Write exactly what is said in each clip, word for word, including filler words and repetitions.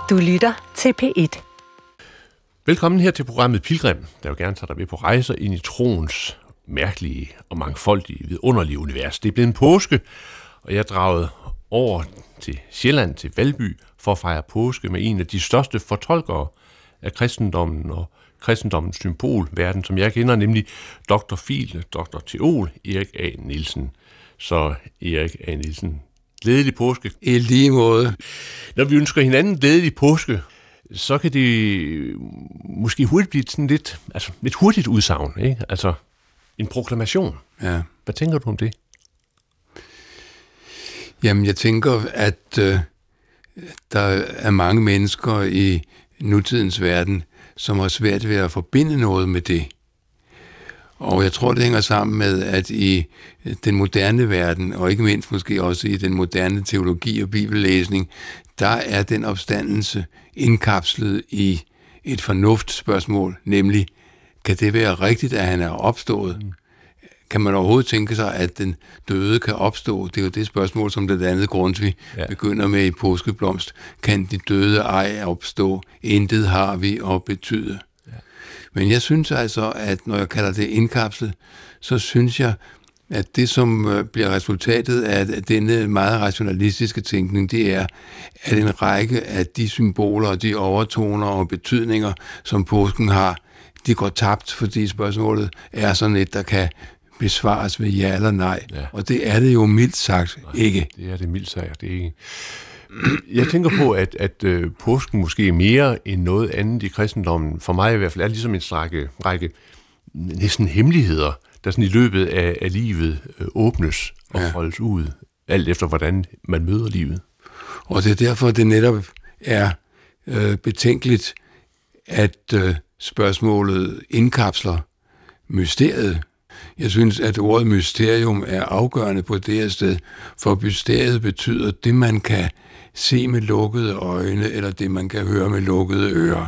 Du lytter til P et. Velkommen her til programmet Pilgrim, der vil gerne tage dig med på rejser ind i troens mærkelige og mangfoldige, vidunderlige univers. Det er blevet en påske, og jeg dragede over til Sjælland, til Valby, for at fejre påske med en af de største fortolkere af kristendommen og kristendommens symbolverden, som jeg kender, nemlig doktor Fil, doktor Teol, Erik A. Nielsen. Så Erik A. Nielsen, glædelig påske. I lige måde. Når vi ønsker hinanden glædelig påske, så kan det måske hurtigt blive sådan lidt, altså lidt hurtigt udsagn, ikke? Altså en proklamation. Ja. Hvad tænker du om det? Jamen, jeg tænker, at øh, der er mange mennesker i nutidens verden, som har svært ved at forbinde noget med det. Og jeg tror, det hænger sammen med, at i den moderne verden, og ikke mindst måske også i den moderne teologi og bibellæsning, der er den opstandelse indkapslet i et fornuftsspørgsmål, nemlig, kan det være rigtigt, at han er opstået? Mm. Kan man overhovedet tænke sig, at den døde kan opstå? Det er jo det spørgsmål, som det andet Grundtvig ja. begynder med i Påskeblomst. Kan de døde ej opstå? Intet har vi at betyde. Ja. Men jeg synes altså, at når jeg kalder det indkapslet, så synes jeg, at det, som bliver resultatet af denne meget rationalistiske tænkning, det er, at en række af de symboler, de overtoner og betydninger, som påsken har, de går tabt, fordi spørgsmålet er sådan et, der kan besvares ved ja eller nej. Ja. Og det er det jo mildt sagt nej, ikke. Det er det mildt sagt, det er ikke. Jeg tænker på, at, at øh, påsken måske er mere end noget andet i kristendommen, for mig i hvert fald, er ligesom en række, række næsten hemmeligheder, der sådan i løbet af, af livet øh, åbnes og ja. foldes ud, alt efter hvordan man møder livet. Og det er derfor, det netop er øh, betænkeligt, at øh, spørgsmålet indkapsler mysteriet. Jeg synes, at ordet mysterium er afgørende på det her sted, for mysteriet betyder det, man kan se med lukkede øjne, eller det, man kan høre med lukkede ører.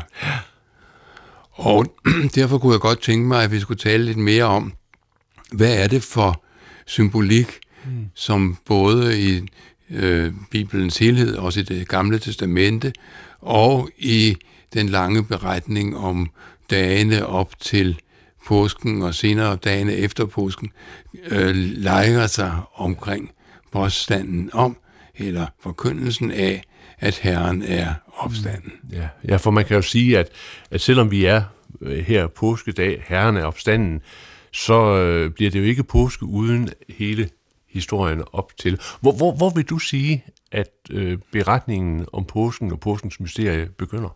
Og derfor kunne jeg godt tænke mig, at vi skulle tale lidt mere om, hvad er det for symbolik, mm. som både i øh, Bibelens helhed, også i det gamle testamente, og i den lange beretning om dagene op til påsken og senere dagene efter påsken, øh, leger sig omkring påstanden om, eller forkyndelsen af, at Herren er opstanden. Ja, ja, for man kan jo sige, at, at selvom vi er her påskedag, Herren er opstanden, så øh, bliver det jo ikke påske uden hele historien op til. Hvor, hvor, hvor vil du sige, at øh, beretningen om påsken og påskens mysterie begynder?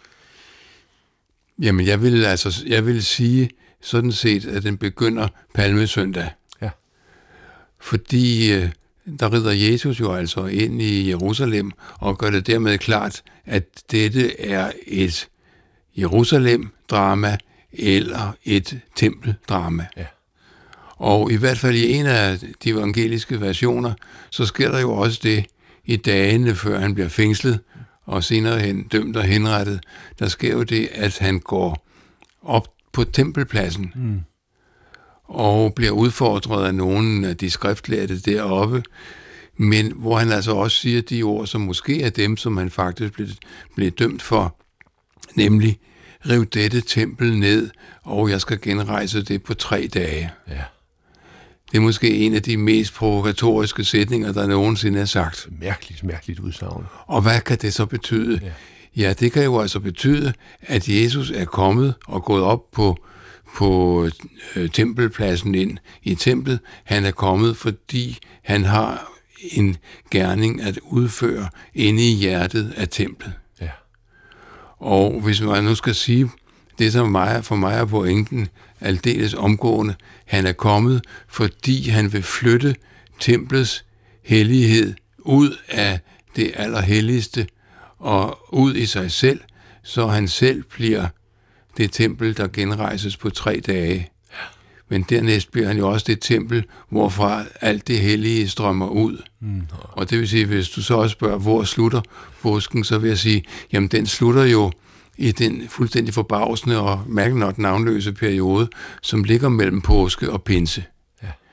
Jamen, jeg vil altså, jeg vil sige sådan set, at den begynder palmesøndag. Ja. Fordi øh, der rider Jesus jo altså ind i Jerusalem og gør det dermed klart, at dette er et Jerusalem-drama eller et tempeldrama. Ja. Og i hvert fald i en af de evangeliske versioner, så sker der jo også det i dagene, før han bliver fængslet og senere hen dømt og henrettet. Der sker jo det, at han går op på tempelpladsen mm. og bliver udfordret af nogle af de skriftlærte deroppe, men hvor han altså også siger de ord, som måske er dem, som han faktisk blev, blev dømt for, nemlig, riv dette tempel ned, og jeg skal genrejse det på tre dage. Ja. Det er måske en af de mest provokatoriske sætninger, der nogensinde er sagt. Mærkeligt, mærkeligt udsagn. Og hvad kan det så betyde? Ja. Ja, det kan jo altså betyde, at Jesus er kommet og gået op på, på øh, tempelpladsen ind i templet. Han er kommet, fordi han har en gerning at udføre inde i hjertet af templet. Ja. Og hvis man nu skal sige det, som mig, for mig er pointen aldeles omgående, han er kommet, fordi han vil flytte templets hellighed ud af det allerhelligste og ud i sig selv, så han selv bliver det tempel, der genrejses på tre dage. Men dernæst bliver han jo også det tempel, hvorfra alt det hellige strømmer ud. Mm. Og det vil sige, hvis du så også spørger, hvor slutter påsken, så vil jeg sige, jamen den slutter jo i den fuldstændig forbavsende og mærkeligt nok navnløse periode, som ligger mellem påske og pinse. Ja.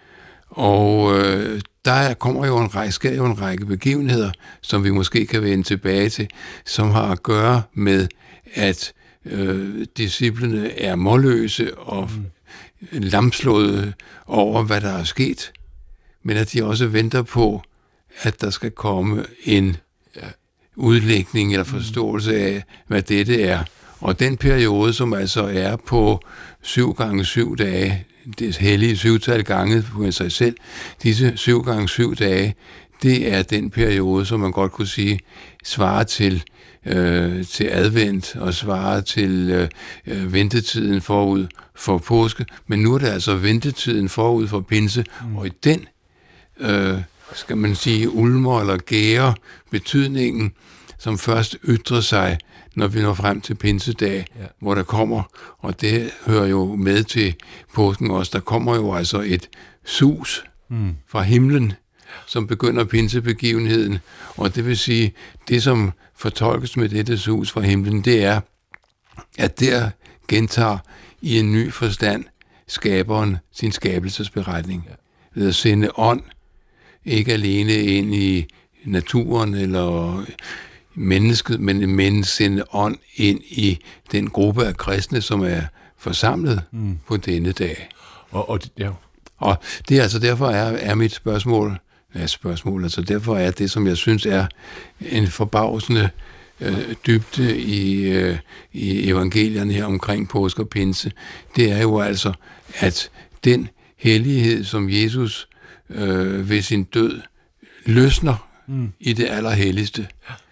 Og øh, der kommer jo en række, sker jo en række begivenheder, som vi måske kan vende tilbage til, som har at gøre med, at øh, disciplene er målløse og mm. lamslåede over, hvad der er sket, men at de også venter på, at der skal komme en ja, udlægning eller forståelse af, hvad dette er. Og den periode, som altså er på syv gange syv dage, det hellige syvtal gange på sig selv, disse syv gange syv dage, det er den periode, som man godt kunne sige, svarer til, øh, til advent og svarer til øh, ventetiden forud for påske. Men nu er det altså ventetiden forud for pinse, mm. og i den, øh, skal man sige, ulmer eller gærer betydningen, som først ytrer sig, når vi når frem til pinsedag, ja. Hvor der kommer, og det hører jo med til påsken også, der kommer jo altså et sus mm. fra himlen, som begynder pinsebegivenheden, og det vil sige, det som fortolkes med dette sus fra himlen, det er, at der gentager i en ny forstand skaberen sin skabelsesberetning, ja. Ved at sende ånd, ikke alene ind i naturen eller mennesket, men men sende ånd ind i den gruppe af kristne, som er forsamlet mm. på denne dag. Og, og, ja. og det er altså derfor er, er mit spørgsmål, ja, spørgsmål, altså derfor er det, som jeg synes er en forbavsende øh, dybde i, øh, i evangelierne her omkring påske og pinse, det er jo altså, at den hellighed, som Jesus øh, ved sin død løsner mm. i det allerhelligste,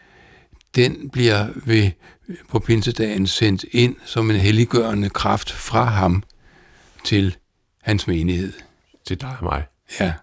den bliver ved, på pinsedagen sendt ind som en helliggørende kraft fra ham til hans menighed. Til dig og mig. Ja.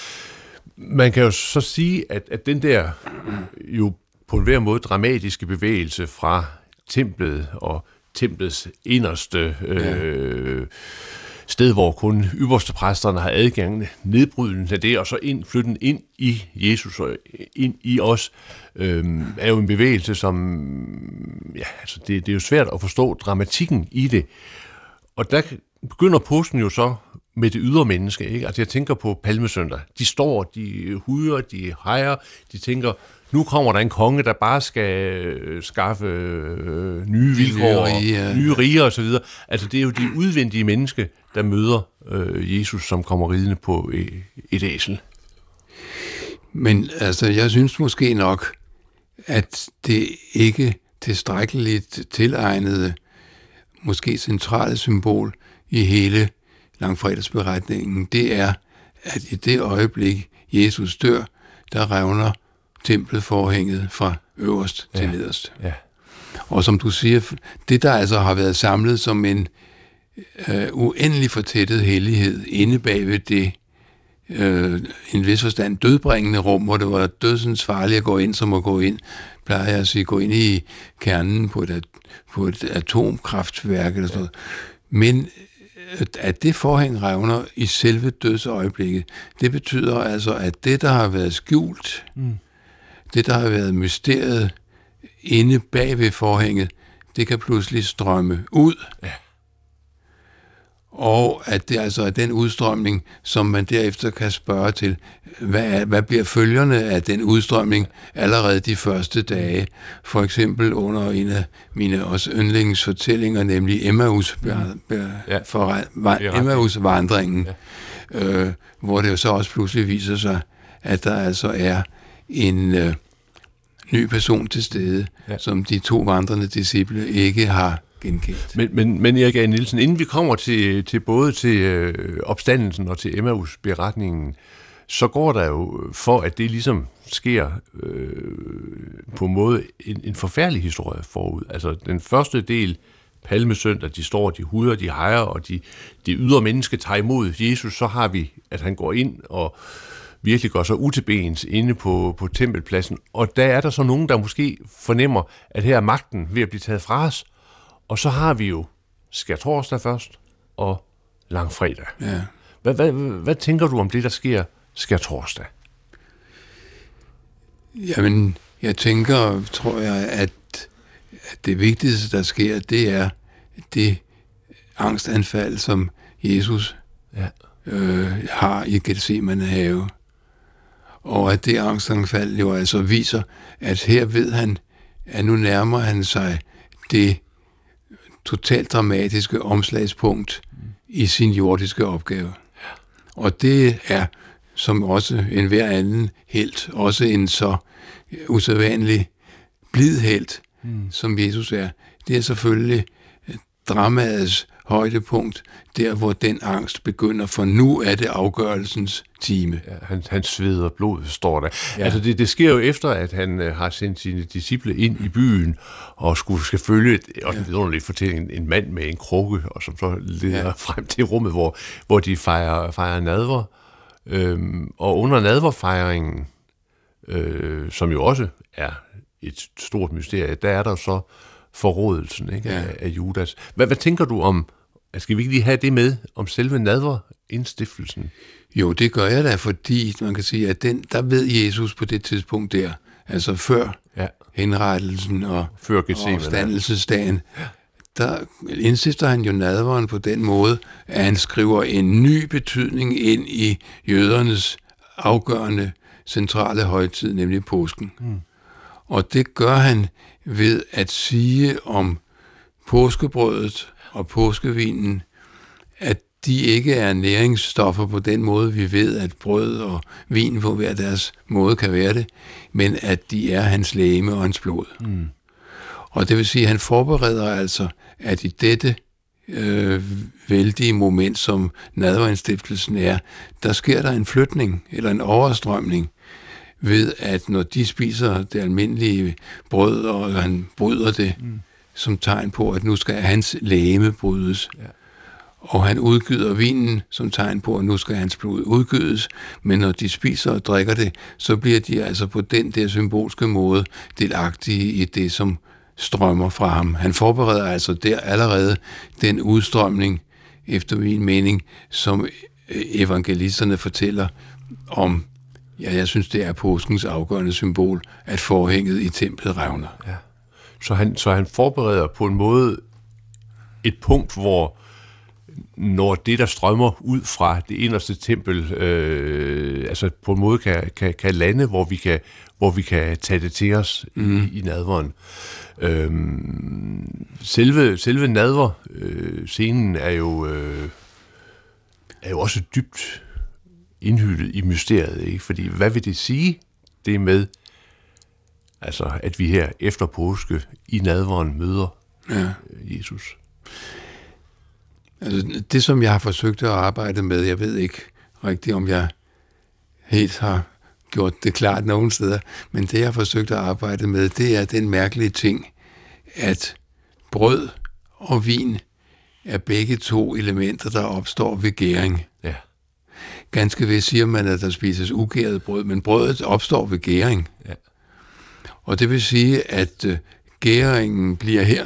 Man kan jo så sige, at, at den der jo på en hver måde dramatiske bevægelse fra templet og templets inderste øh, ja. sted, hvor kun ypperste præsterne har adgang, nedbrydelsen af det, og så ind, flytten ind i Jesus og ind i os, øh, er jo en bevægelse, som, ja, altså det, det er jo svært at forstå dramatikken i det. Og der begynder påsken jo så med det ydre menneske, ikke? Altså jeg tænker på palmesøndag. De står, de hujer, de hejer, de tænker, nu kommer der en konge, der bare skal skaffe øh, nye vilkår, nye riger, nye riger osv. Altså det er jo de udvendige menneske, der møder øh, Jesus, som kommer ridende på et, et æsel. Men altså, jeg synes måske nok, at det ikke tilstrækkeligt tilegnede, måske centrale symbol i hele langfredagsberetningen, det er, at i det øjeblik, Jesus dør, der revner tempelforhænget fra øverst ja. til nederst. Ja. Og som du siger, det der altså har været samlet som en øh, uendelig fortættet hellighed inde bag ved det, øh, en vis forstand dødbringende rum, hvor det var dødsens farligt at gå ind, som at gå ind, plejer jeg at sige, gå ind i kernen på et, på et atomkraftværk eller sådan noget. Men at det forhæng revner i selve dødsøjeblikket, det betyder altså, at det, der har været skjult, mm. det, der har været mysteriet inde bag ved forhænget, det kan pludselig strømme ud. Ja. Og at det altså er den udstrømning, som man derefter kan spørge til, hvad, er, hvad bliver følgerne af den udstrømning allerede de første dage? For eksempel under en af mine også yndlingsfortællinger, nemlig Emmaus, ja. Emmaus-vandringen, ja. øh, hvor det jo så også pludselig viser sig, at der altså er en øh, ny person til stede, ja. som de to vandrende disciple ikke har genkendt. Men, men, men Erik A. Nielsen, inden vi kommer til, til både til øh, opstandelsen og til Emmaus-beretningen, så går der jo for, at det ligesom sker øh, på en måde en, en forfærdelig historie forud. Altså den første del, palmesøndag, de står, de huder, de hejer, og de, de ydre menneske tager imod Jesus, så har vi, at han går ind og virkelig går så utilbens inde på, på tempelpladsen. Og der er der så nogen, der måske fornemmer, at her er magten ved at blive taget fra os. Og så har vi jo skærtorsdag først og langfredag. Ja. Hvad, hvad, hvad tænker du om det, der sker skærtorsdag? Jamen, jeg tænker, tror jeg, at, at det vigtigste, der sker, det er det angstanfald, som Jesus ja. øh, har i Getsemane have. Og at det angstanfald jo altså viser, at her ved han, at nu nærmer han sig det totalt dramatiske omslagspunkt i sin jordiske opgave. Og det er, som også en hver anden helt, også en så usædvanlig blid helt, mm. som Jesus er. Det er selvfølgelig dramaets højdepunkt, der hvor den angst begynder, for nu er det afgørelsens time. Ja, han, han sveder blod, står der. Ja. Altså det, det sker jo efter, at han øh, har sendt sine disciple ind i byen, og skulle, skal følge, og en vidunderlig fortælling, en mand med en krukke, og som så leder ja. frem til rummet, hvor, hvor de fejrer, fejrer nadver. Øhm, og under nadverfejringen, øh, som jo også er et stort mysterie, der er der så forrådelsen, ikke, ja. af, af Judas. Hvad, hvad tænker du om, skal vi ikke lige have det med, om selve nadverindstiftelsen? Jo, det gør jeg da, fordi man kan sige, at den, der ved Jesus på det tidspunkt der, altså før ja. henrettelsen og, før og opstandelsesdagen, ja. der indstifter han jo nadveren på den måde, at han skriver en ny betydning ind i jødernes afgørende centrale højtid, nemlig påsken. Mm. Og det gør han ved at sige om påskebrødet og påskevinen, at de ikke er næringsstoffer på den måde, vi ved, at brød og vin på hver deres måde kan være det, men at de er hans legeme og hans blod. Mm. Og det vil sige, at han forbereder altså, at i dette øh, vældige moment, som nadverindstiftelsen er, der sker der en flytning eller en overstrømning, ved at når de spiser det almindelige brød, og han bryder det mm. som tegn på, at nu skal hans legeme brydes. Ja. Og han udgyder vinen som tegn på, at nu skal hans blod udgydes, men når de spiser og drikker det, så bliver de altså på den der symbolske måde delagtige i det, som strømmer fra ham. Han forbereder altså der allerede den udstrømning, efter min mening, som evangelisterne fortæller om. Ja, jeg synes, det er påskens afgørende symbol, at forhænget i templet revner. Ja. Så, han, så han forbereder på en måde et punkt, hvor når det, der strømmer ud fra det inderste tempel, øh, altså på en måde kan, kan, kan lande, hvor vi kan, hvor vi kan tage det til os mm. i, i nadveren. Øhm, selve, selve nadver-scenen øh, er jo øh, er jo også dybt indhyllet i mysteriet, ikke? Fordi hvad vil det sige, det med, altså, at vi her efter påske i nadveren møder ja. Jesus? Altså, det, som jeg har forsøgt at arbejde med, jeg ved ikke rigtigt, om jeg helt har gjort det klart nogen steder, men det, jeg har forsøgt at arbejde med, det er den mærkelige ting, at brød og vin er begge to elementer, der opstår ved gæring. Ja. Ganske vist siger man, at der spises ugæret brød, men brødet opstår ved gæring. Ja. Og det vil sige, at uh, gæringen bliver her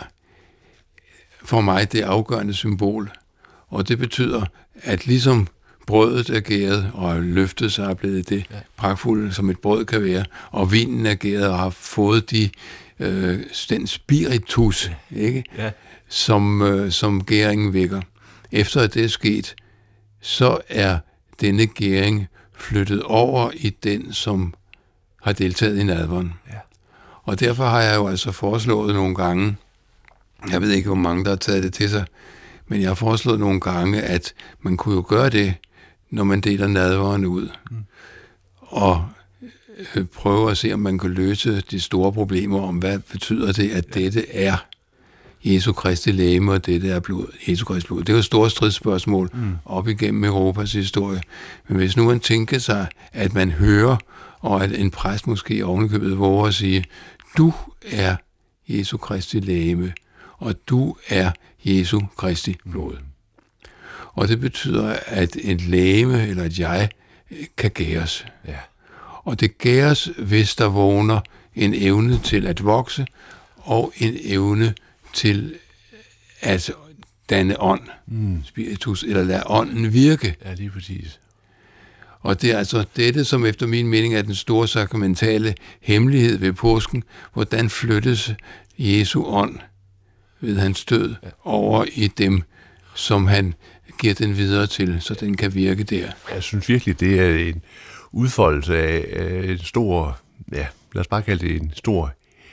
for mig det afgørende symbol. Og det betyder, at ligesom brødet er gæret og løftet sig er blevet det ja. pragtfulde, som et brød kan være, og vinen er gæret og har fået de, øh, den spiritus, ikke? Ja. Som, øh, som gæringen vækker. Efter at det er sket, så er denne gæring flyttet over i den, som har deltaget i nadveren. Ja. Og derfor har jeg jo altså foreslået nogle gange, jeg ved ikke, hvor mange der har taget det til sig, men jeg har foreslået nogle gange, at man kunne jo gøre det, når man deler nadveren ud. Mm. Og øh, prøve at se, om man kan løse de store problemer om, hvad betyder det, at ja. dette er Jesu Kristi legeme, og dette er blod, Jesu Kristi blod. Det er jo et stort stridsspørgsmål mm. op igennem Europas historie. Men hvis nu man tænker sig, at man hører, og at en præst måske ovenikøbet våger at sige, du er Jesu Kristi legeme, og du er Jesu Kristi blod. Mm. Og det betyder, at et legeme eller et jeg kan gæres. Ja. Og det gæres, hvis der vågner en evne til at vokse, og en evne til at danne ånd, mm. spiritus, eller lade ånden virke. Ja, lige præcis. Og det er altså dette, som efter min mening er den store sakramentale hemmelighed ved påsken, hvordan flyttes Jesu ånd ved hans død ja. over i dem, som han giver den videre til, så den kan virke der. Jeg synes virkelig, det er en udfoldelse af en stor, ja, lad os bare kalde det en stor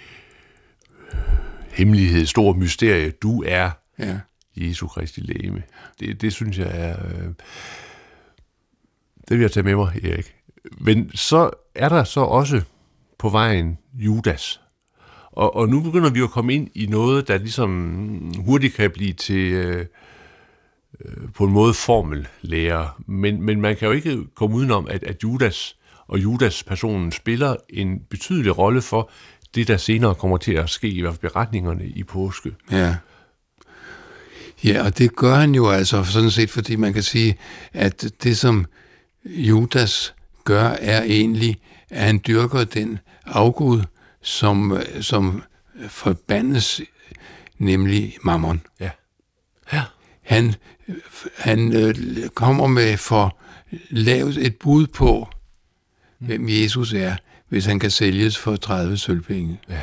hemmelighed, stor mysterie. Du er ja. Jesu Kristi legeme. Det, det synes jeg er... Øh, det vil jeg tage med mig, Erik. Men så er der så også på vejen Judas. Og, og nu begynder vi at komme ind i noget, der ligesom hurtigt kan blive til øh, på en måde formellærer. Men, men man kan jo ikke komme udenom, at, at Judas og Judas-personen spiller en betydelig rolle for det, der senere kommer til at ske i hvert fald beretningerne i påske. Ja. Ja, og det gør han jo altså sådan set, fordi man kan sige, at det, som Judas gør, er egentlig, at han dyrker den afgud, som, som forbandes, nemlig mammon. Ja. Ja. Han, han øh, kommer med for lavet et bud på, mm. hvem Jesus er, hvis han kan sælges for tredive sølvpenge. Ja.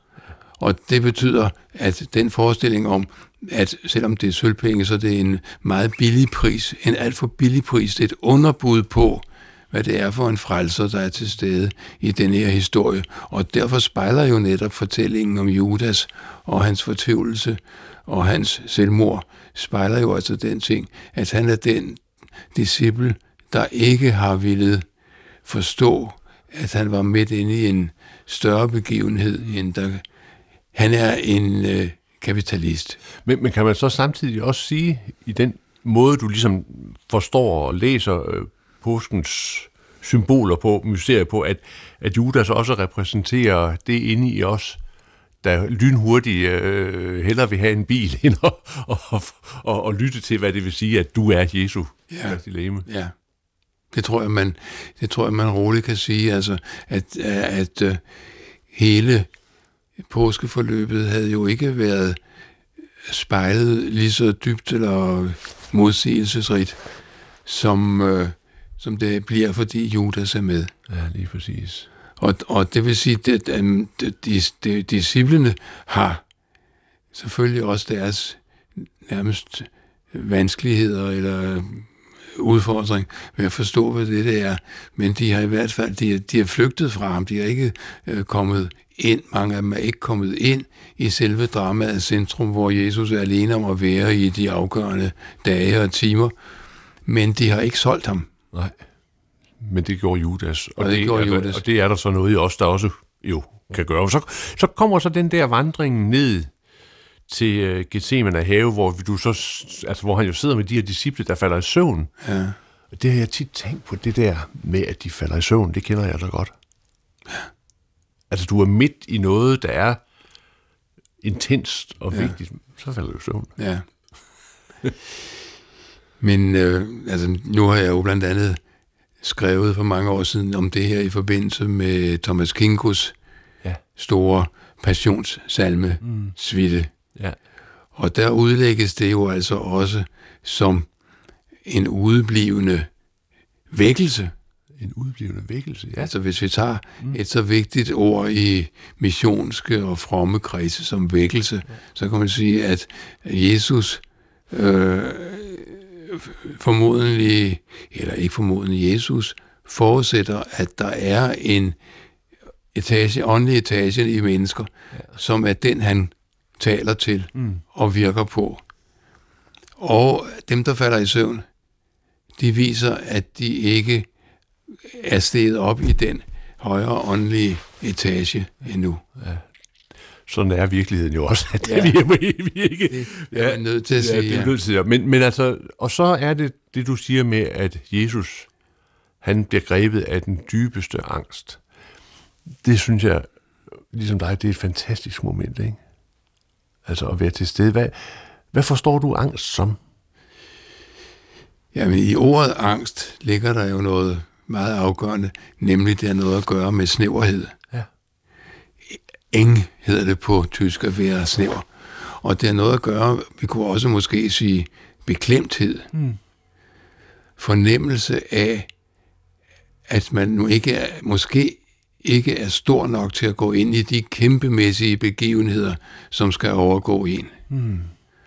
Og det betyder, at den forestilling om, at selvom det er sølvpenge, så det er en meget billig pris, en alt for billig pris, det er et underbud på, hvad det er for en frelser, der er til stede i den her historie. Og derfor spejler jo netop fortællingen om Judas og hans fortvivlelse og hans selvmord, spejler jo altså den ting, at han er den disciple, der ikke har ville forstå, at han var midt inde i en større begivenhed, end der... Han er en øh, kapitalist. Men, men kan man så samtidig også sige, i den måde, du ligesom forstår og læser øh, påskens symboler på, mysterier på, at, at Judas også repræsenterer det inde i os, der lynhurtigt øh, hellere vil have en bil, end at og, og, og, og lytte til, hvad det vil sige, at du er Jesu Kristi legeme. Ja, det tror jeg, man, det tror jeg, man roligt kan sige, altså, at, at, at hele påskeforløbet havde jo ikke været spejlet lige så dybt eller modsigelsesrigt, som, øh, som det bliver, fordi Judas er med. Ja, lige præcis. Og, og det vil sige, at de, de, de, disciplene har selvfølgelig også deres nærmest vanskeligheder eller udfordring med at forstå, hvad det, det er. Men de har i hvert fald, de, de er flygtet fra ham. De er ikke øh, kommet ind, mange af dem er ikke kommet ind i selve dramaets centrum, hvor Jesus er alene om at være i de afgørende dage og timer. Men de har ikke solgt ham. Nej, men det gjorde Judas. Og, og det, det gjorde er, Judas. Og det er der så noget i os, der også jo kan gøre. Så, så kommer så den der vandring ned til uh, Getsemane have, hvor du så, altså hvor han jo sidder med de her disciple, der falder i søvn. Ja. Og det har jeg tit tænkt på, det der med, at de falder i søvn, det kender jeg så godt. Ja. Altså, du er midt i noget, der er intenst og ja. vigtigt, så falder du i søvn. Ja. Men øh, altså, nu har jeg jo blandt andet skrevet for mange år siden om det her i forbindelse med Thomas Kinkos ja. store passionssalme, mm. Suite. Ja. Og der udlægges det jo altså også som en udeblivende vækkelse. En udblivende vækkelse, ja. Altså hvis vi tager mm. et så vigtigt ord i missionske og fromme kredse som vækkelse, ja. så kan man sige, at Jesus øh, formodentlig, eller ikke formodentlig, Jesus forudsætter, at der er en etage, åndelig etage i mennesker, ja. som er den, han taler til mm. og virker på. Og dem, der falder i søvn, de viser, at de ikke er steget op i den højere åndelige etage endnu. Ja. Sådan er virkeligheden jo også. At ja. vi, er, vi er ikke... Det er ja, nødt til at sige. Ja, det er nødt til at men, men altså, og så er det det, du siger med, at Jesus, han bliver grebet af den dybeste angst. Det synes jeg, ligesom dig, det er et fantastisk moment, ikke? Altså at være til stede. Hvad, hvad forstår du angst som? Jamen, i ordet angst ligger der jo noget meget afgørende, nemlig det har noget at gøre med snæverhed. Ja. Eng hedder det på tysk at være snæver. Og det har noget at gøre, vi kunne også måske sige, beklemthed. Mm. Fornemmelse af, at man nu ikke er, måske ikke er stor nok til at gå ind i de kæmpemæssige begivenheder, som skal overgå en. Mm.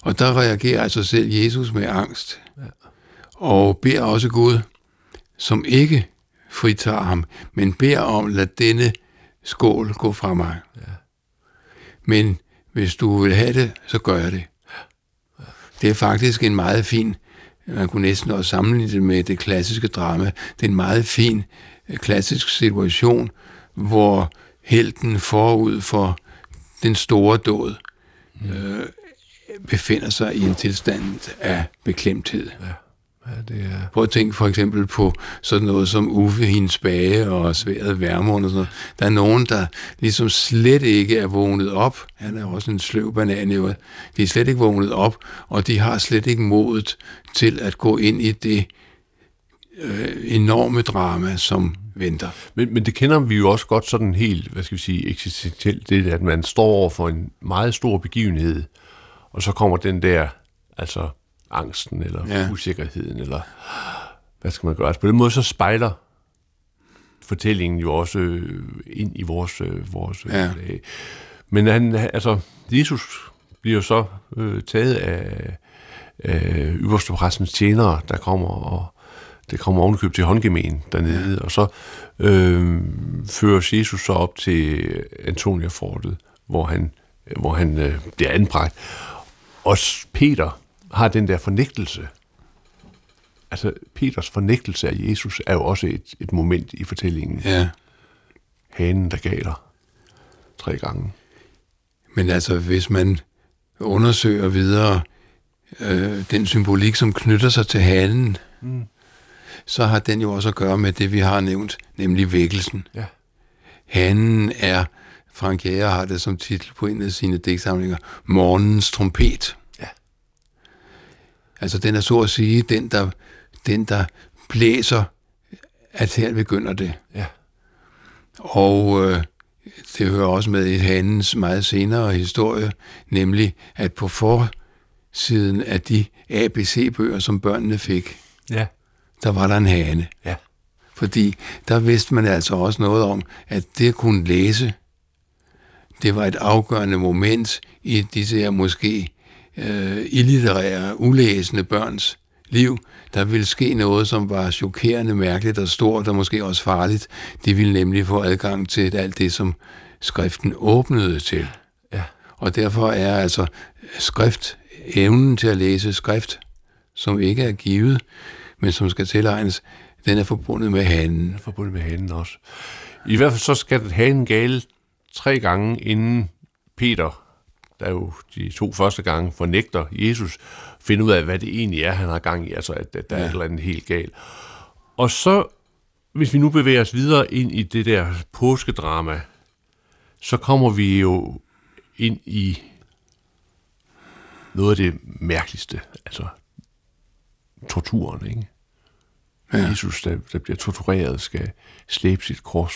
Og der reagerer altså selv Jesus med angst, Ja. og beder også Gud, som ikke fritager ham, men beder om, lad denne skål gå fra mig. Ja. Men hvis du vil have det, så gør jeg det. Ja. Det er faktisk en meget fin, man kunne næsten også sammenligne det med det klassiske drama, det er en meget fin klassisk situation, hvor helten forud for den store dåd mm. øh, befinder sig i en tilstand af beklemthed. Ja. Ja, det er... Prøv at tænke for eksempel på sådan noget som Uffe, hendes bage og sværet Værmund og sådan noget. Der er nogen, der ligesom slet ikke er vågnet op. Han er også en sløv banan i øvrigt. De er slet ikke vågnet op, og de har slet ikke modet til at gå ind i det øh, enorme drama, som venter. Men, men det kender vi jo også godt sådan helt, hvad skal vi sige, eksistentielt, det at man står over for en meget stor begivenhed, og så kommer den der, altså angsten, eller ja. usikkerheden, eller hvad skal man gøre? Altså på den måde, så spejler fortællingen jo også øh, ind i vores, øh, vores ja. øh, men han, altså, Jesus bliver jo så øh, taget af, af ypperstepræstens tjenere, der kommer, og det kommer ovenkøb til håndgemen dernede, ja. og så øh, føres Jesus så op til Antoniafortet, hvor han, hvor han øh, bliver anbragt. Og Peter har den der fornægtelse. Altså, Peters fornægtelse af Jesus er jo også et, et moment i fortællingen. Ja. Hanen, der galer tre gange. Men altså, hvis man undersøger videre øh, den symbolik, som knytter sig til hanen, mm. så har den jo også at gøre med det, vi har nævnt, nemlig vækkelsen. Ja. Hanen er, Frank Jæger har det som titel på en af sine digtsamlinger, morgenens trompet. Ja. Altså, den er så at sige, den der, den der blæser, at her begynder det. Ja. Og øh, det hører også med i hanens meget senere historie, nemlig at på forsiden af de A B C-bøger, som børnene fik, ja. der var der en hane. Ja. Fordi der vidste man altså også noget om, at det at kunne læse, det var et afgørende moment i disse her måske øh, illitterære, ulæsende børns liv. Der ville ske noget, som var chokerende, mærkeligt og stort, og måske også farligt. De ville nemlig få adgang til alt det, som skriften åbnede til. Ja. Og derfor er altså skrift, evnen til at læse skrift, som ikke er givet, men som skal tilegnes, den er forbundet med hanen. Den er forbundet med hanen også. I hvert fald så skal hanen gale tre gange, inden Peter, der jo de to første gange fornægter Jesus, finde ud af, hvad det egentlig er, han har gang i, altså at, at der ja. er et eller andet helt galt. Og så, hvis vi nu bevæger os videre ind i det der påskedrama, så kommer vi jo ind i noget af det mærkeligste, altså torturen, ikke? Ja. Jesus, der, der bliver tortureret, skal slæbe sit kors.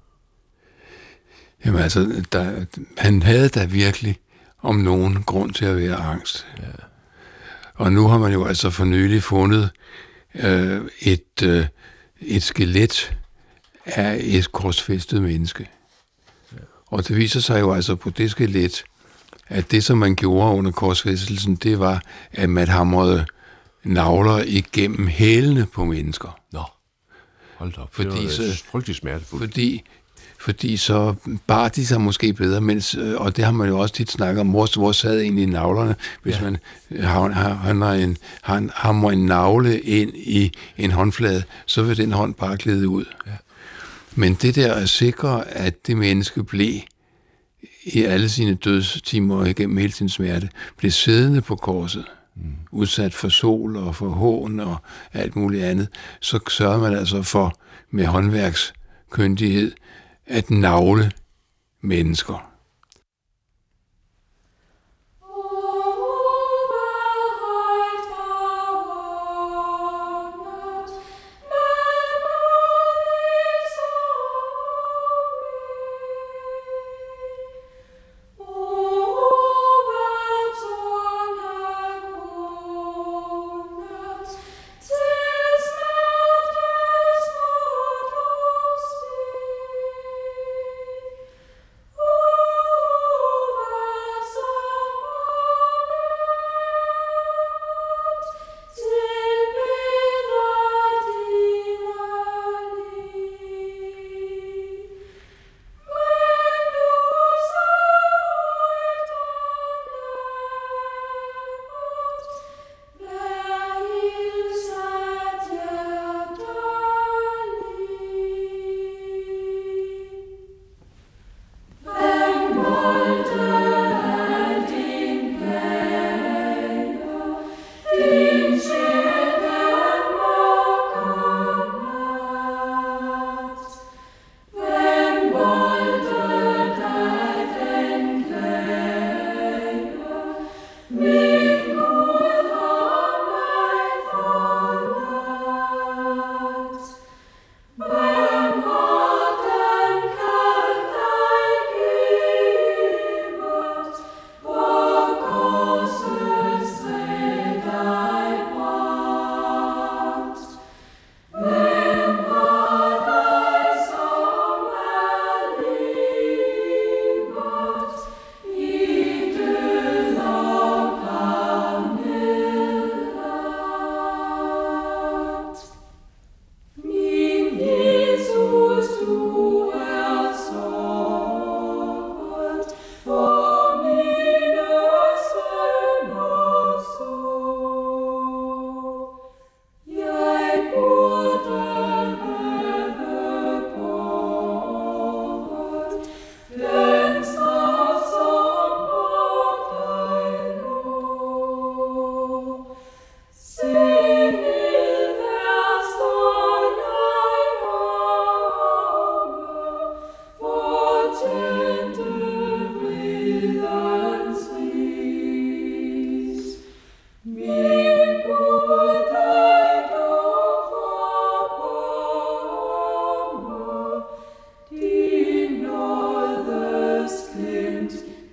Jamen altså, der, han havde da virkelig om nogen grund til at være angst. Ja. Og nu har man jo altså for nylig fundet øh, et, øh, et skelet af et korsfæstet menneske. Ja. Og det viser sig jo altså på det skelet, at det, som man gjorde under korsfæstelsen, det var, at man hamrede nagler igennem hælene på mennesker. Nå, hold da op. Fordi det var så, frygtelig smertefuldt. Fordi, fordi så bar de sig måske bedre, mens, og det har man jo også tit snakket om, hvor, hvor sad egentlig navlerne, hvis ja. man har, har, har en, har, hamrer en nagle ind i en håndflade, så vil den hånd bare glide ud. Ja. Men det der at sikre, at det menneske blev i alle sine dødstimer og igennem hele sin smerte, blev siddende på korset, mm. udsat for sol og for hån og alt muligt andet, så sørger man altså for med håndværkskyndighed at nagle mennesker. Oh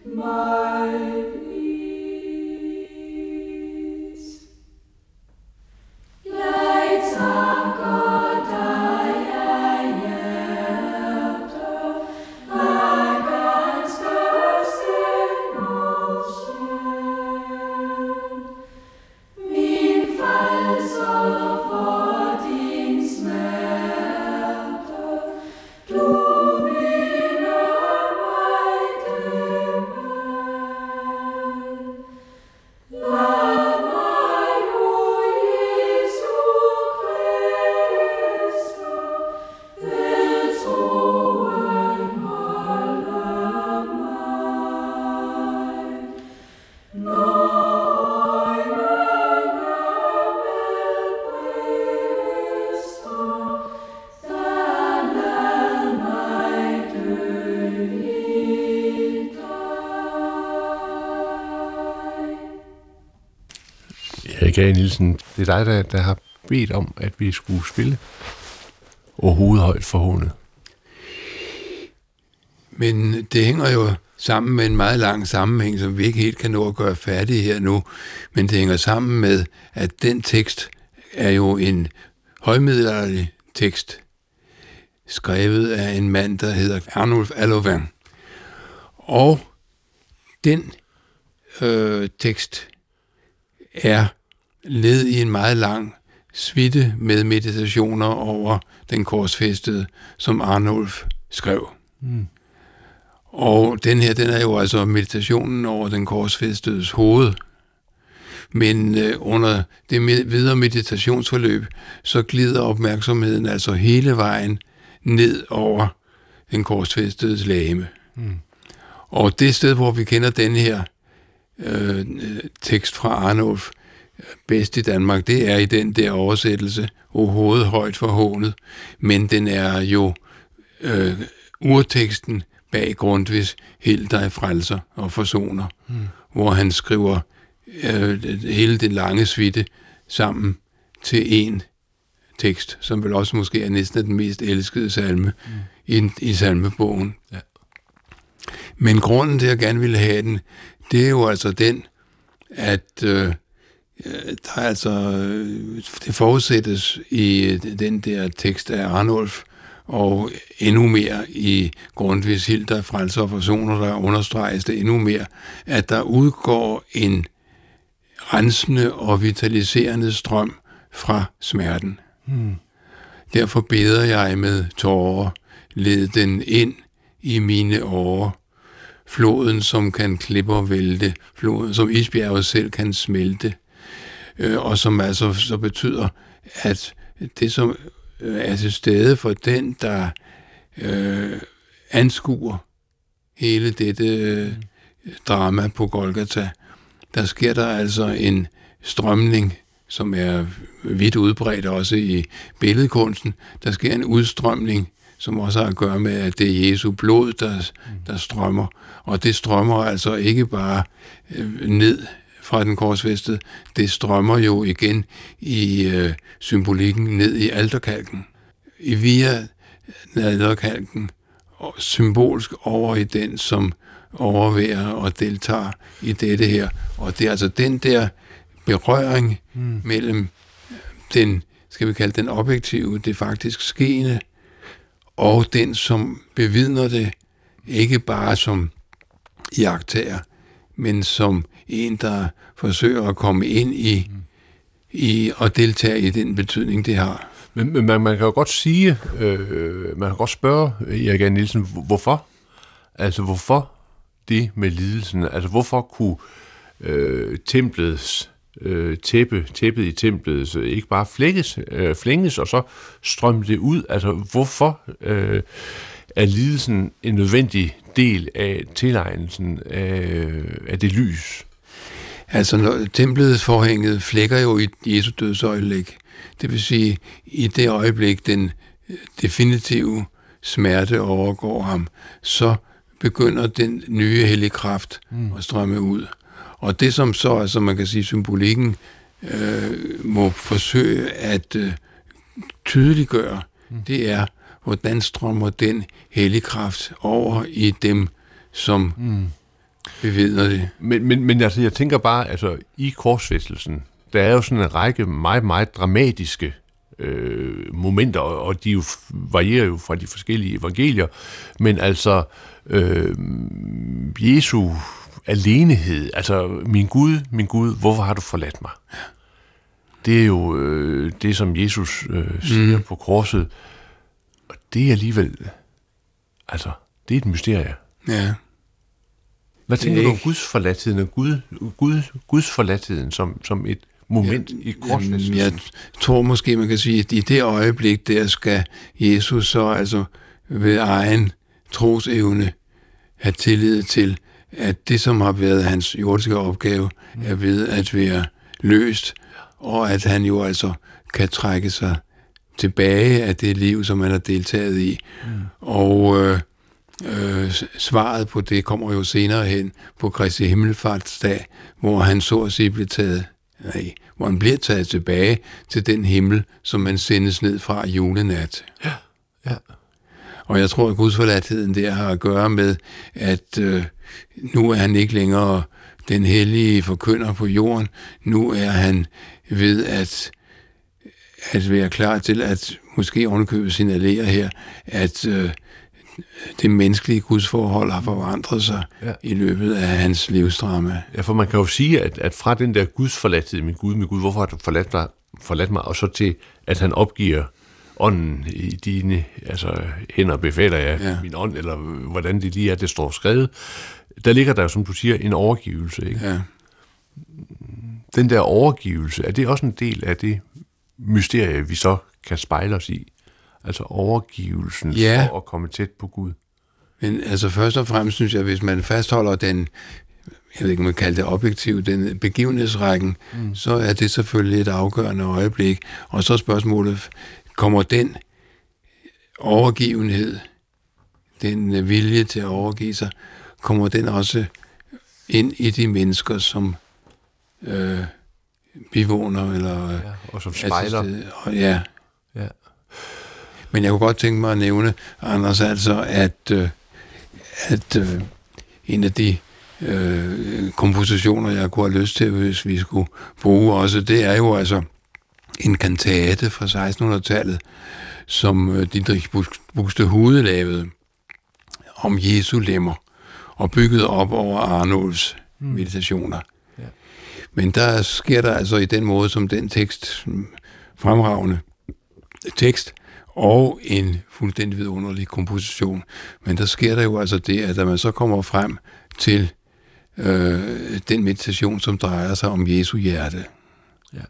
Erik A. Nielsen, det er dig, der, der har bedt om, at vi skulle spille og hovedhøjt forhånet. Men det hænger jo sammen med en meget lang sammenhæng, som vi ikke helt kan nå at gøre færdig her nu. Men det hænger sammen med, at den tekst er jo en højmiddelalderlig tekst, skrevet af en mand, der hedder Arnulf Allovan. Og den øh, tekst er led i en meget lang suite med meditationer over den korsfæstede, som Arnulf skrev. Mm. Og den her, den er jo altså meditationen over den korsfæstedes hoved. Men øh, under det med, videre meditationsforløb, så glider opmærksomheden altså hele vejen ned over den korsfæstedes legeme. Mm. Og det sted, hvor vi kender den her øh, tekst fra Arnulf bedst i Danmark, det er i den der oversættelse, O hoved højt forhånet, men den er jo øh, urteksten bag Grundtvigs Hil dig frelser og forsoner, mm. hvor han skriver øh, hele den lange suite sammen til en tekst, som vel også måske er næsten den mest elskede salme mm. i, i salmebogen. Ja. Men grunden til, at jeg gerne ville have den, det er jo altså den, at øh, der er altså, det forudsættes i den der tekst af Arnulf, og endnu mere i Grundtvigs Hil dig frelser og forsoner, der understreges det endnu mere, at der udgår en rensende og vitaliserende strøm fra smerten. Hmm. Derfor beder jeg med tårer, led den ind i mine årer, floden, som kan klippe og vælte, floden, som isbjerget selv kan smelte, øh, og som altså så betyder, at det, som er til stede for den, der øh, anskuer hele dette øh, drama på Golgata, der sker der altså en strømning, som er vidt udbredt også i billedkunsten. Der sker en udstrømning, som også har at gøre med, at det er Jesu blod, der, der strømmer. Og det strømmer altså ikke bare øh, ned fra den korsfæstede, det strømmer jo igen i øh, symbolikken ned i alterkalken. I via alterkalken, og symbolsk over i den, som overværer og deltager i dette her. Og det er altså den der berøring mm. mellem den, skal vi kalde den objektive, det faktisk skeende, og den, som bevidner det, ikke bare som iagttager, men som en, der forsøger at komme ind i, mm. i og deltage i den betydning, det har. Men, men man, man kan jo godt sige, øh, man kan godt spørge Erik A. Nielsen, hvorfor? Altså, hvorfor det med lidelsen? Altså, hvorfor kunne øh, templets øh, tæppe, tæppet i templet ikke bare flækkes, øh, flænges, og så strømme det ud? Altså, hvorfor øh, er lidelsen en nødvendig del af tilegnelsen af, af det lys? Altså, når templets forhænget flækker jo i Jesu dødsøjeblik. Det vil sige, i det øjeblik, den definitive smerte overgår ham, så begynder den nye hellige kraft mm. at strømme ud. Og det, som så, altså man kan sige, symbolikken øh, må forsøge at øh, tydeliggøre, mm. det er, hvordan strømmer den hellige kraft over i dem, som mm. bevidner det. Men, men, men altså, jeg tænker bare, altså i korsfæstelsen, der er jo sådan en række meget, meget dramatiske øh, momenter, og de jo varierer jo fra de forskellige evangelier, men altså øh, Jesu alenehed, altså min Gud, min Gud, hvorfor har du forladt mig? Det er jo øh, det, som Jesus øh, siger mm. på korset, og det er alligevel, altså, det er et mysterie. Ja. Hvad tænker du om Guds forladtheden og Gud, Gud, Guds forladtheden som, som et moment ja, i korsfæstelsen? Jeg tror måske, man kan sige, at i det øjeblik, der skal Jesus så altså ved egen trosevne have tillid til, at det, som har været hans jordiske opgave, mm. er ved at være løst, og at han jo altså kan trække sig tilbage af det liv, som han har deltaget i. Mm. Og øh, øh, svaret på det kommer jo senere hen på Kristi Himmelfartsdag, hvor han så at sige bliver taget, nej, hvor han bliver taget tilbage til den himmel, som man sendes ned fra julenat. Ja, ja. Og jeg tror, at Guds forladtheden der har at gøre med, at øh, nu er han ikke længere den hellige forkynder på jorden. Nu er han ved at, at være klar til at måske ovenikøbet signalere her, at øh, det menneskelige gudsforhold har forandret sig ja. i løbet af hans livsdrama. Ja, for man kan jo sige, at, at fra den der gudsforladthed, min Gud, min Gud, hvorfor har du forladt mig, forladt mig, og så til, at han opgiver ånden i dine altså, hænder befaler jeg ja. min ånd, eller hvordan det lige er, det står skrevet. Der ligger der jo, som du siger, en overgivelse. Ikke? Ja. Den der overgivelse, er det også en del af det mysterie, vi så kan spejle os i? Altså overgivelsen ja. for at komme tæt på Gud. Men altså først og fremmest synes jeg, hvis man fastholder den, jeg ved ikke, om man kalder det objektiv, den begivenhedsrækken, mm. så er det selvfølgelig et afgørende øjeblik. Og så spørgsmålet, kommer den overgivenhed, den vilje til at overgive sig, kommer den også ind i de mennesker, som øh, bivåner, eller... Ja, og som spejler. Altså, og, ja. ja. Men jeg kunne godt tænke mig at nævne, Anders, altså, at, øh, at øh, en af de øh, kompositioner, jeg kunne have lyst til, hvis vi skulle bruge også, det er jo altså en kantate fra sekstenhundredetallet, som øh, Dietrich Buxtehude lavede om Jesu lemmer, og bygget op over Arnolds mm. meditationer. Ja. Men der sker der altså i den måde, som den tekst, fremragende tekst, og en fuldstændig vidunderlig komposition. Men der sker der jo altså det, at da man så kommer frem til øh, den meditation, som drejer sig om Jesu hjerte, ja.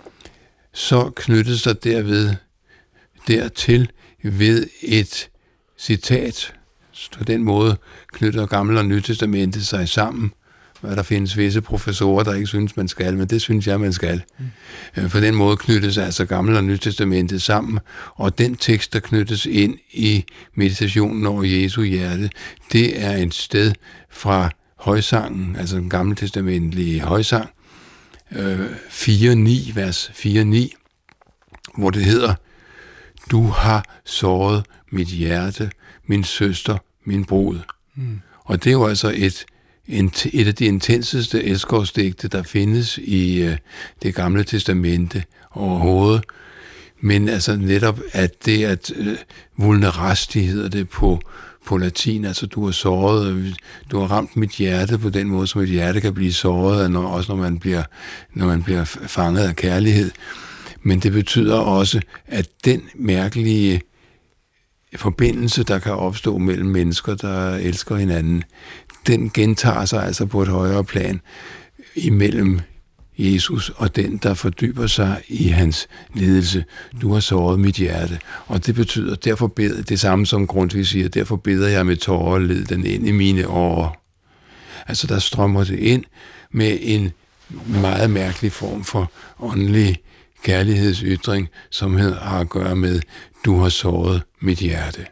så knyttes der derved dertil ved et citat. På den måde knytter Gamle og Nye Testamente sig sammen, og der findes visse professorer, der ikke synes, man skal, men det synes jeg, man skal. Mm. På den måde knyttes altså Gamle og Nye Testamentet sammen, og den tekst, der knyttes ind i meditationen over Jesu hjerte, det er et sted fra højsangen, altså den gamle testamentlige højsang, øh, fire ni, vers fire ni, hvor det hedder, du har såret mit hjerte, min søster, min brud. Mm. Og det er jo altså et et af de intenseste elskovsdigte, der findes i øh, det gamle testamente overhovedet. Men altså netop, at det at øh, vulnerasti hedder det på, på latin, altså du har såret, du har ramt mit hjerte på den måde, som et hjerte kan blive såret, når, også når man, bliver, når man bliver fanget af kærlighed. Men det betyder også, at den mærkelige forbindelse, der kan opstå mellem mennesker, der elsker hinanden, den gentager sig altså på et højere plan imellem Jesus og den, der fordyber sig i hans lidelse. Du har såret mit hjerte. Og det betyder, derfor beder det samme som Grundtvig siger, derfor beder jeg med tårer, led den ind i mine årer. Altså der strømmer det ind med en meget mærkelig form for åndelig kærlighedsytring, som har at gøre med, du har såret mit hjerte.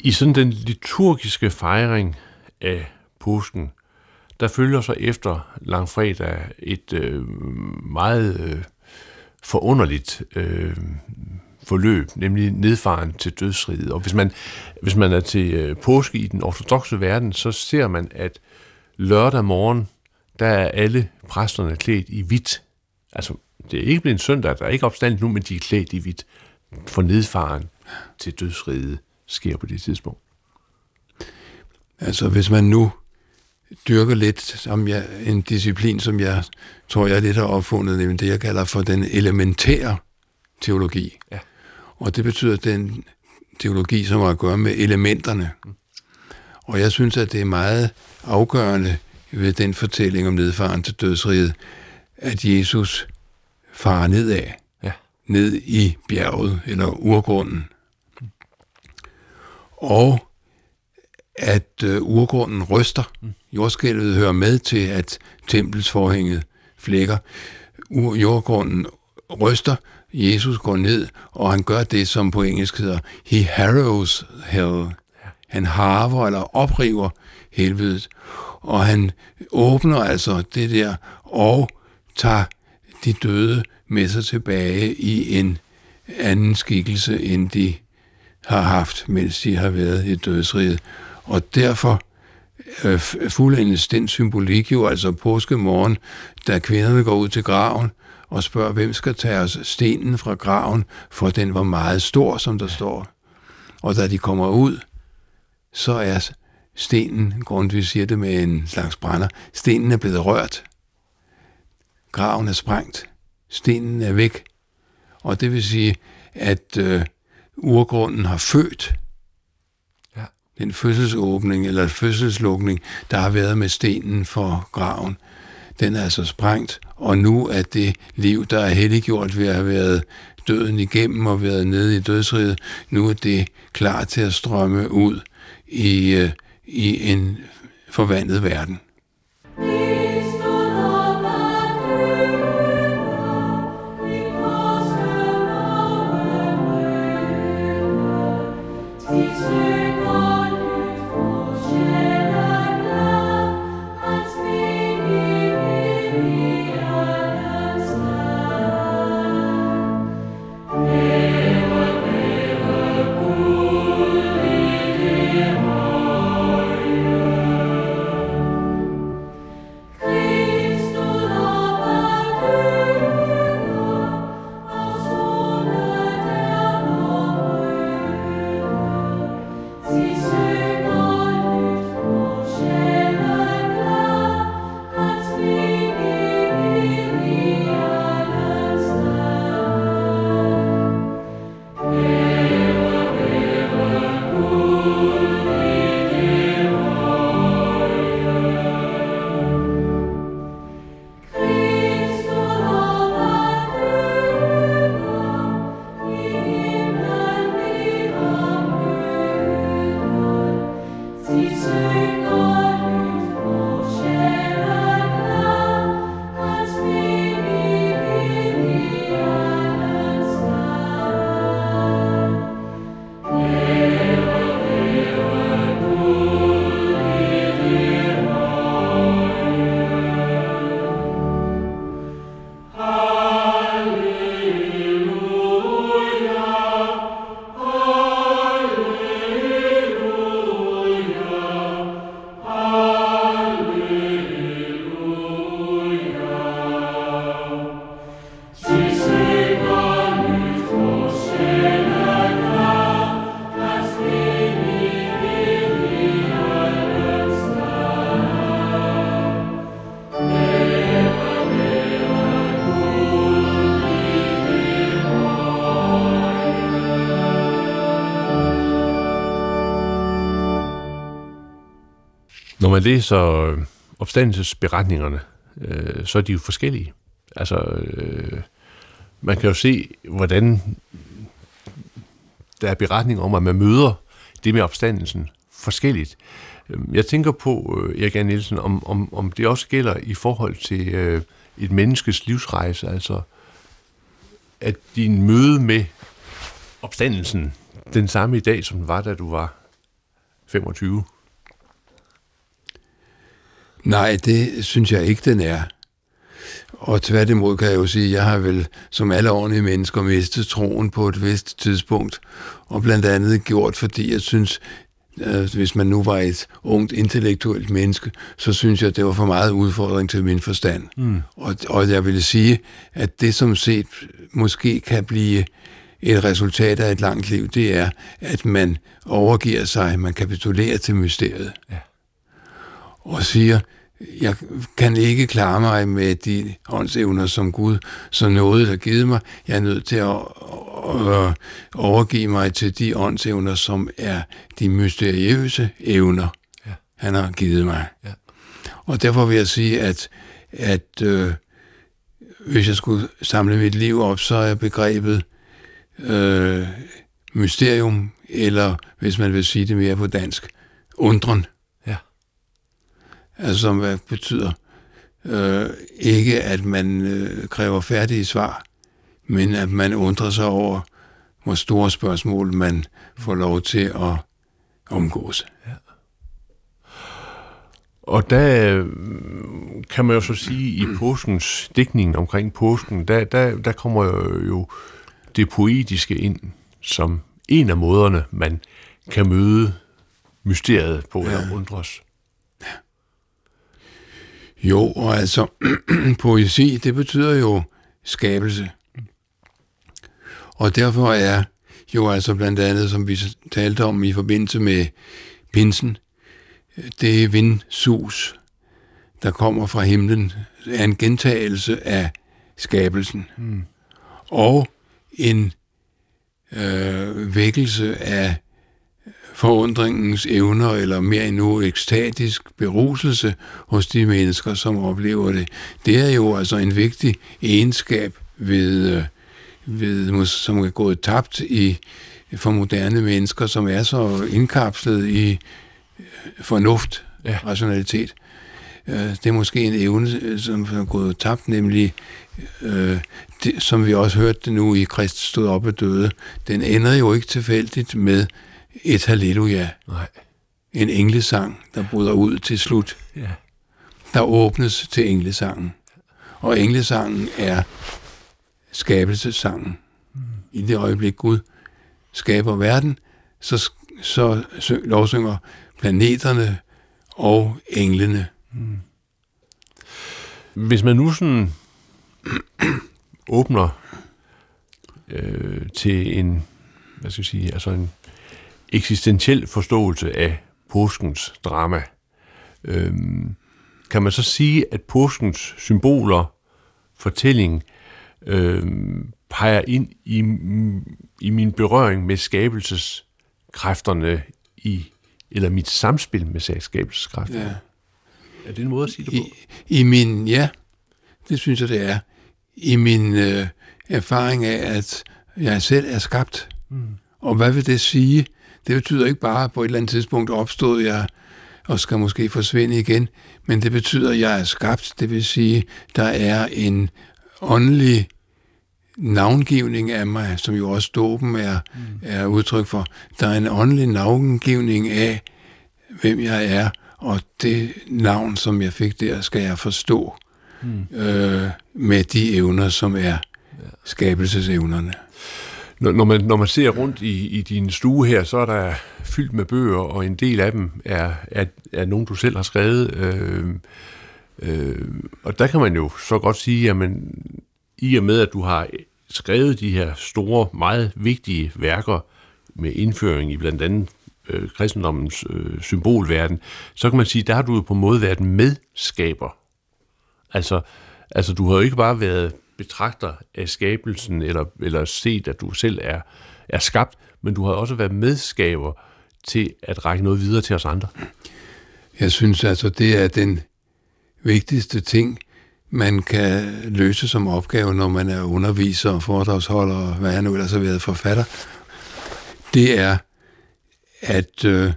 I sådan den liturgiske fejring af påsken, der følger så efter langfredag et øh, meget øh, forunderligt øh, forløb, nemlig nedfaren til dødsriget. Og hvis man, hvis man er til øh, påske i den ortodokse verden, så ser man, at lørdag morgen, der er alle præsterne klædt i hvidt. Altså, det er ikke blevet en søndag, der er ikke opstandet nu, men de er klædt i hvidt. For nedfaren til dødsriget sker på det tidspunkt. Altså, hvis man nu dyrker lidt som jeg, en disciplin, som jeg tror, jeg lidt har opfundet, nemlig det, jeg kalder for den elementære teologi. Ja. Og det betyder den teologi, som har at gøre med elementerne. Mm. Og jeg synes, at det er meget afgørende ved den fortælling om nedfaren til dødsriget, at Jesus farer nedad, ja. ned i bjerget, eller urgrunden. Mm. Og at øh, urgrunden ryster. Mm. Jordskælvet hører med til, at tempelsforhænget flækker. Ur- jordgrunden ryster, Jesus går ned, og han gør det, som på engelsk hedder, he harrows hell. Ja. Han harver eller opriver helvedet, og han åbner altså det der, og tager de døde med sig tilbage i en anden skikkelse, end de har haft, mens de har været i dødsriget. Og derfor øh, fuldendes den symbolik jo, altså påskemorgen, da kvinderne går ud til graven og spørger, hvem skal tage os stenen fra graven, for den var meget stor, som der står. Og da de kommer ud, så er stenen, Grundtvig siger det med en slags brænder, stenen er blevet rørt. Graven er sprængt. Stenen er væk. Og det vil sige, at øh, urgrunden har født den fødselsåbning eller fødselslukning, der har været med stenen for graven, den er altså sprængt, og nu er det liv, der er helliggjort ved at have været døden igennem og været nede i dødsriget, nu er det klar til at strømme ud i, uh, i en forvandlet verden. Når man læser opstandelsesberetningerne, øh, så er de jo forskellige. Altså, øh, man kan jo se, hvordan der er beretninger om, at man møder det med opstandelsen forskelligt. Jeg tænker på, Erik A. Nielsen, om, om, om det også gælder i forhold til øh, et menneskes livsrejse, altså at din møde med opstandelsen den samme i dag, som den var, da du var femogtyve? Nej, det synes jeg ikke, den er. Og tværtimod kan jeg jo sige, at jeg har vel som alle ordentlige mennesker mistet troen på et vist tidspunkt, og blandt andet gjort, fordi jeg synes, at hvis man nu var et ungt intellektuelt menneske, så synes jeg, at det var for meget udfordring til min forstand. Mm. Og, og jeg vil sige, at det som set måske kan blive et resultat af et langt liv, det er, at man overgiver sig, man kapitulerer til mysteriet. Ja. Og siger, jeg kan ikke klare mig med de åndsevner som Gud, så noget har givet mig. Jeg er nødt til at overgive mig til de åndsevner, som er de mysteriøse evner, ja. Han har givet mig. Ja. Og derfor vil jeg sige, at, at øh, hvis jeg skulle samle mit liv op, så er begrebet øh, mysterium, eller hvis man vil sige det mere på dansk, undren. Altså som hvad betyder øh, ikke, at man øh, kræver færdige svar, men at man undrer sig over, hvor store spørgsmål man får lov til at omgås. Ja. Og der kan man jo så sige, i påskens dækningen omkring påsken, der, der, der kommer jo det poetiske ind som en af måderne, man kan møde mysteriet på, ja. Eller undres. Jo, og altså, poesi, det betyder jo skabelse. Og derfor er jo altså blandt andet, som vi talte om i forbindelse med pinsen, det vindsus, der kommer fra himlen, er en gentagelse af skabelsen. Mm. Og en øh, vækkelse af forundringens evner, eller mere endnu ekstatisk beruselse hos de mennesker, som oplever det. Det er jo altså en vigtig egenskab, ved, ved, som er gået tabt i, for moderne mennesker, som er så indkapslet i fornuft, ja. Rationalitet. Det er måske en evne, som er gået tabt, nemlig, øh, det, som vi også hørte det nu i Kristus stod op og døde. Den ender jo ikke tilfældigt med et halleluja. Nej. En englesang, der bryder ud til slut. Ja. Der åbnes til englesangen. Og englesangen er skabelsessangen. Mm. I det øjeblik Gud skaber verden, så, så lovsynger planeterne og englene. Mm. Hvis man nu sådan åbner øh, til en, hvad skal jeg sige, altså en eksistentiel forståelse af påskens drama, øhm, kan man så sige, at påskens symboler, fortælling, øhm, peger ind i, i min berøring med skabelseskræfterne i, eller mit samspil med skabelseskræfterne? Ja. Er det en måde at sige det på? I, i min, ja, det synes jeg, det er. I min øh, erfaring af, at jeg selv er skabt. Mm. Og hvad vil det sige? Det betyder ikke bare, at på et eller andet tidspunkt opstod jeg og skal måske forsvinde igen, men det betyder, at jeg er skabt. Det vil sige, der er en åndelig navngivning af mig, som jo også dåben er, mm. er udtryk for. Der er en åndelig navngivning af, hvem jeg er, og det navn, som jeg fik der, skal jeg forstå mm. øh, med de evner, som er skabelsesevnerne. Når, når, man, når man ser rundt i, i din stue her, så er der fyldt med bøger, og en del af dem er, er, er nogen, du selv har skrevet. Øh, øh, og der kan man jo så godt sige, jamen, i og med, at du har skrevet de her store, meget vigtige værker med indføring i blandt andet øh, kristendommens øh, symbolverden, så kan man sige, der har du jo på en måde været medskaber. Altså, altså du har jo ikke bare været betragter af skabelsen, eller, eller set, at du selv er, er skabt, men du har også været medskaber til at række noget videre til os andre. Jeg synes altså, det er den vigtigste ting, man kan løse som opgave, når man er underviser, foredragsholder, og hvad jeg nu ellers har været forfatter. Det er at øh,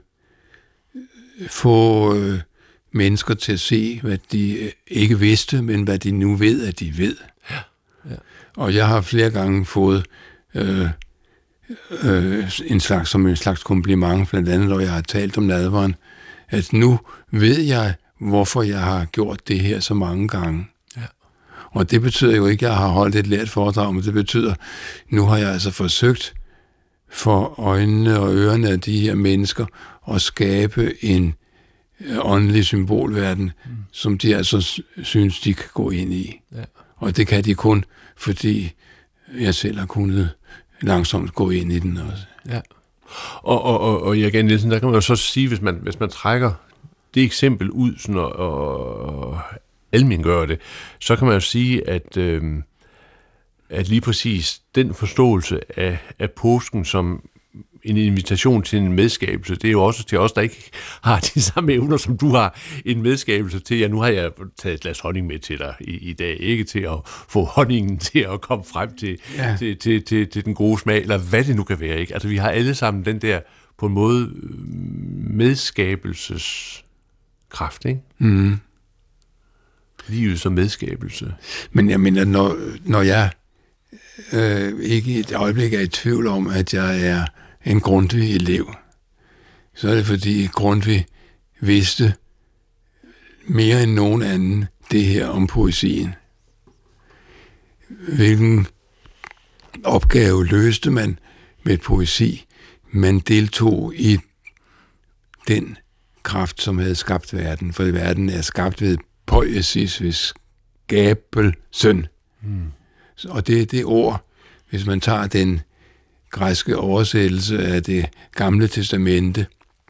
få øh, mennesker til at se, hvad de ikke vidste, men hvad de nu ved, at de ved. Ja. Ja. Og jeg har flere gange fået øh, øh, en slags, som en slags kompliment, blandt andet, når jeg har talt om nadveren, at nu ved jeg, hvorfor jeg har gjort det her så mange gange. Ja. Og det betyder jo ikke, at jeg har holdt et lært foredrag, men det betyder, nu har jeg altså forsøgt for øjnene og ørerne af de her mennesker at skabe en åndelig symbolverden, mm. som de altså synes, de kan gå ind i. Ja. Og det kan de kun, fordi jeg selv har kunnet langsomt gå ind i den også. Ja. Og, og, og, og Erik A. Nielsen, der kan man jo så sige, hvis man, hvis man trækker det eksempel ud sådan og, og almengør det, så kan man jo sige, at, øh, at lige præcis den forståelse af, af påsken som en invitation til en medskabelse, det er jo også til os, der ikke har de samme evner, som du har, en medskabelse til, ja, nu har jeg taget et glas honning med til dig i, i dag, ikke til at få honningen til at komme frem til, ja. til, til, til, til den gode smag, eller hvad det nu kan være, ikke? Altså, vi har alle sammen den der, på en måde, medskabelseskraft, ikke? Mm. Livet som medskabelse. Men jeg mener, når, når jeg øh, ikke et øjeblik er i tvivl om, at jeg er en Grundtvig elev, så er det fordi Grundtvig vidste mere end nogen anden det her om poesien. Hvilken opgave løste man med poesi? Man deltog i den kraft, som havde skabt verden, for verden er skabt ved poesis, ved skabelsen. Hmm. Og det er det ord, hvis man tager den græske oversættelse af det gamle testamente,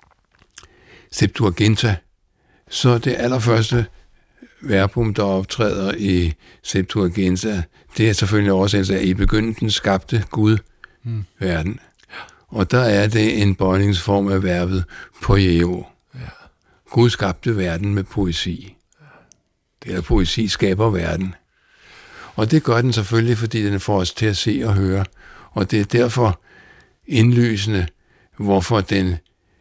Septuaginta, så det allerførste verbum, der optræder i Septuaginta, det er selvfølgelig oversættelse af, i begyndelsen skabte Gud hmm. verden. Og der er det en bøjningsform af verbet poieo. Ja. Gud skabte verden med poesi. Eller poesi skaber verden. Og det gør den selvfølgelig, fordi den får os til at se og høre. Og det er derfor indlysende, hvorfor den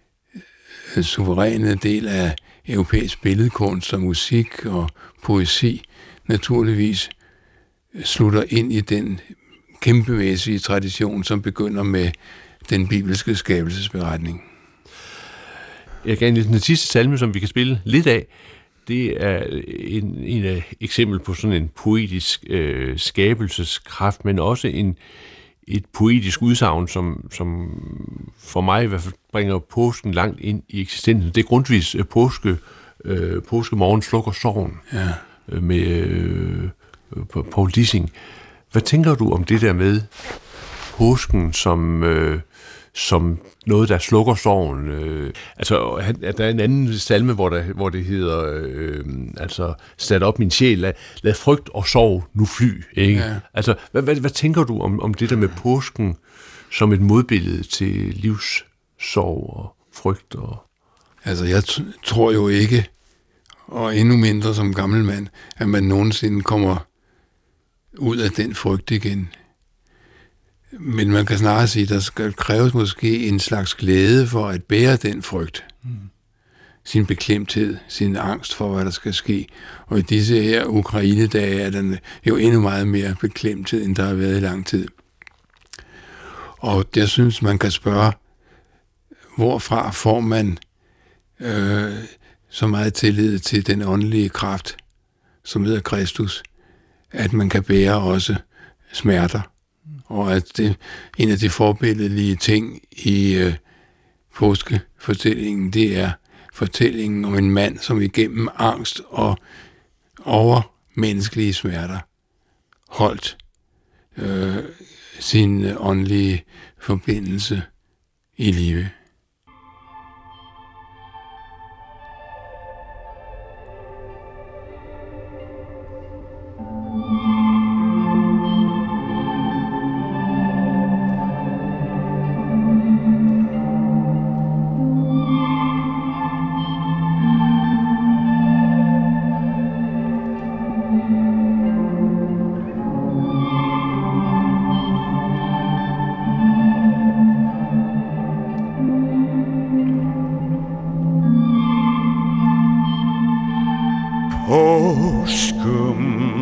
suveræne del af europæisk billedkunst og musik og poesi naturligvis slutter ind i den kæmpemæssige tradition, som begynder med den bibelske skabelsesberetning. Jeg kan den sidste salme, som vi kan spille lidt af, det er en, en af eksempel på sådan en poetisk øh, skabelseskraft, men også en, et poetisk udsagn, som, som for mig i hvert fald bringer påsken langt ind i eksistensen. Det er Grundtvigs øh, påske, øh, påskemorgen slukker sorgen ja. øh, med øh, Poul Dissing. Hvad tænker du om det der med påsken som, øh, som noget, der slukker sorgen? Øh, altså, der er en anden salme, hvor, der, hvor det hedder, øh, altså, sat op min sjæl, lad, lad frygt og sorg nu fly, ikke? Ja. Altså, hvad, hvad, hvad tænker du om, om det der med påsken som et modbillede til livssorg og frygt? Og... Altså, jeg t- tror jo ikke, og endnu mindre som gammel mand, at man nogensinde kommer ud af den frygt igen. Men man kan snarere sige, at der skal kræves måske en slags glæde for at bære den frygt. Mm. Sin beklemthed, sin angst for, hvad der skal ske. Og i disse her Ukraine-dage er der jo endnu meget mere beklemthed, end der har været i lang tid. Og jeg synes, man kan spørge, hvorfra får man øh, så meget tillid til den åndelige kraft, som hedder Kristus, at man kan bære også smerter. Og at det, en af de forbilledelige ting i øh, påskefortællingen, det er fortællingen om en mand, som igennem angst og overmenneskelige smerter holdt øh, sin åndelige forbindelse i live.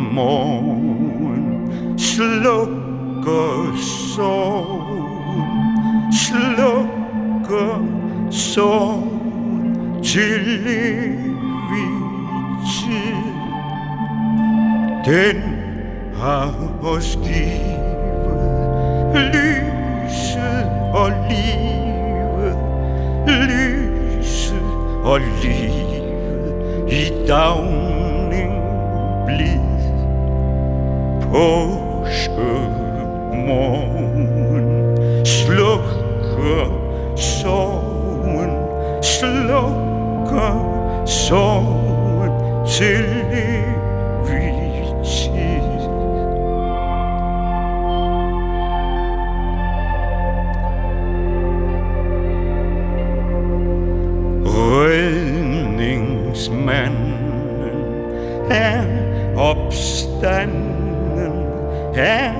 Påskemorgen slukker sorgen, slukker sorgen til evig tid. Den har os givet lyset og livet, lyset og livet i dagning blid. Påskemorgen slukker sorgen, slukker sorgen til evig tid. Redningsmanden er opstanden, er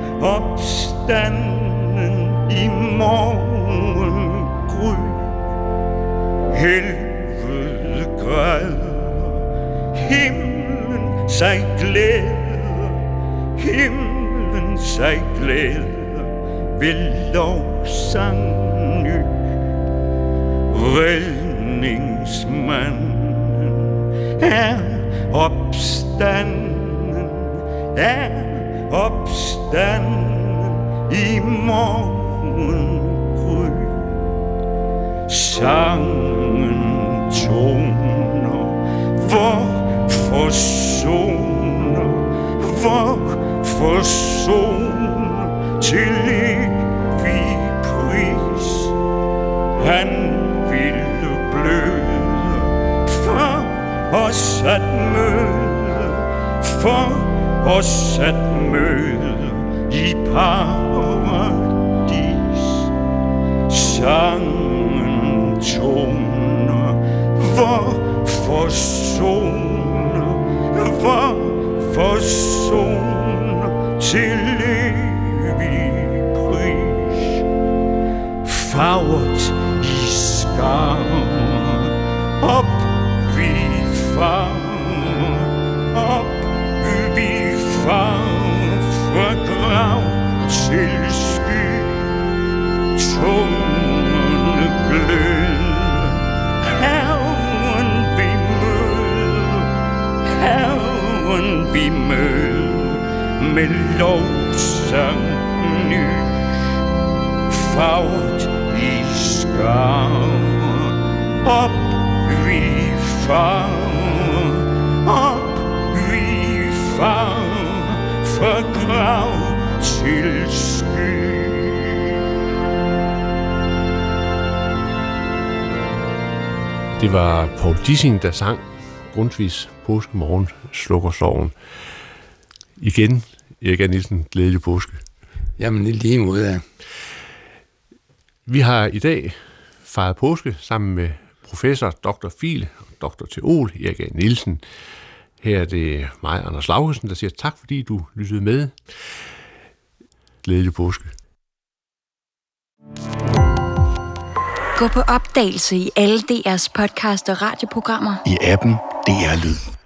opstanden i morgengry. Helvede græder, himlen sig glæder, himlen sig glæder ved lovsang ny. Redningsmanden er opstanden, er opstanden i morgengry. Sangen toner, hvor forsoner, hvor forsoner til evig pris. Han ville bløde for os at møde, for os at møde i paradis. Sangen toner, hvor forsoner, hvor forsoner til evig pris. Farvet i skarven, op vi farer, op vi farer, fra grav til sky. Tungerne gløder, Herren vi møder, Herren vi møder, med lovsang ny. Farvet i skarven, op vi farer, op vi farer, fra grav til sky. Det var Poul Dissing, der sang Grundtvigs Påskemorgen slukker sorgen. Igen, Erik A. Nielsen, glædelig påske. Jamen, i lige måde, ja. Vi har i dag fejret påske sammen med professor doktor Phil og doktor Theol, Erik A. Nielsen. Her er det mig, Anders Laugesen, der siger tak, fordi du lyttede med. Glædelig påske. Gå på opdagelse i alle D R's podcast og radioprogrammer. I appen D R Lyd.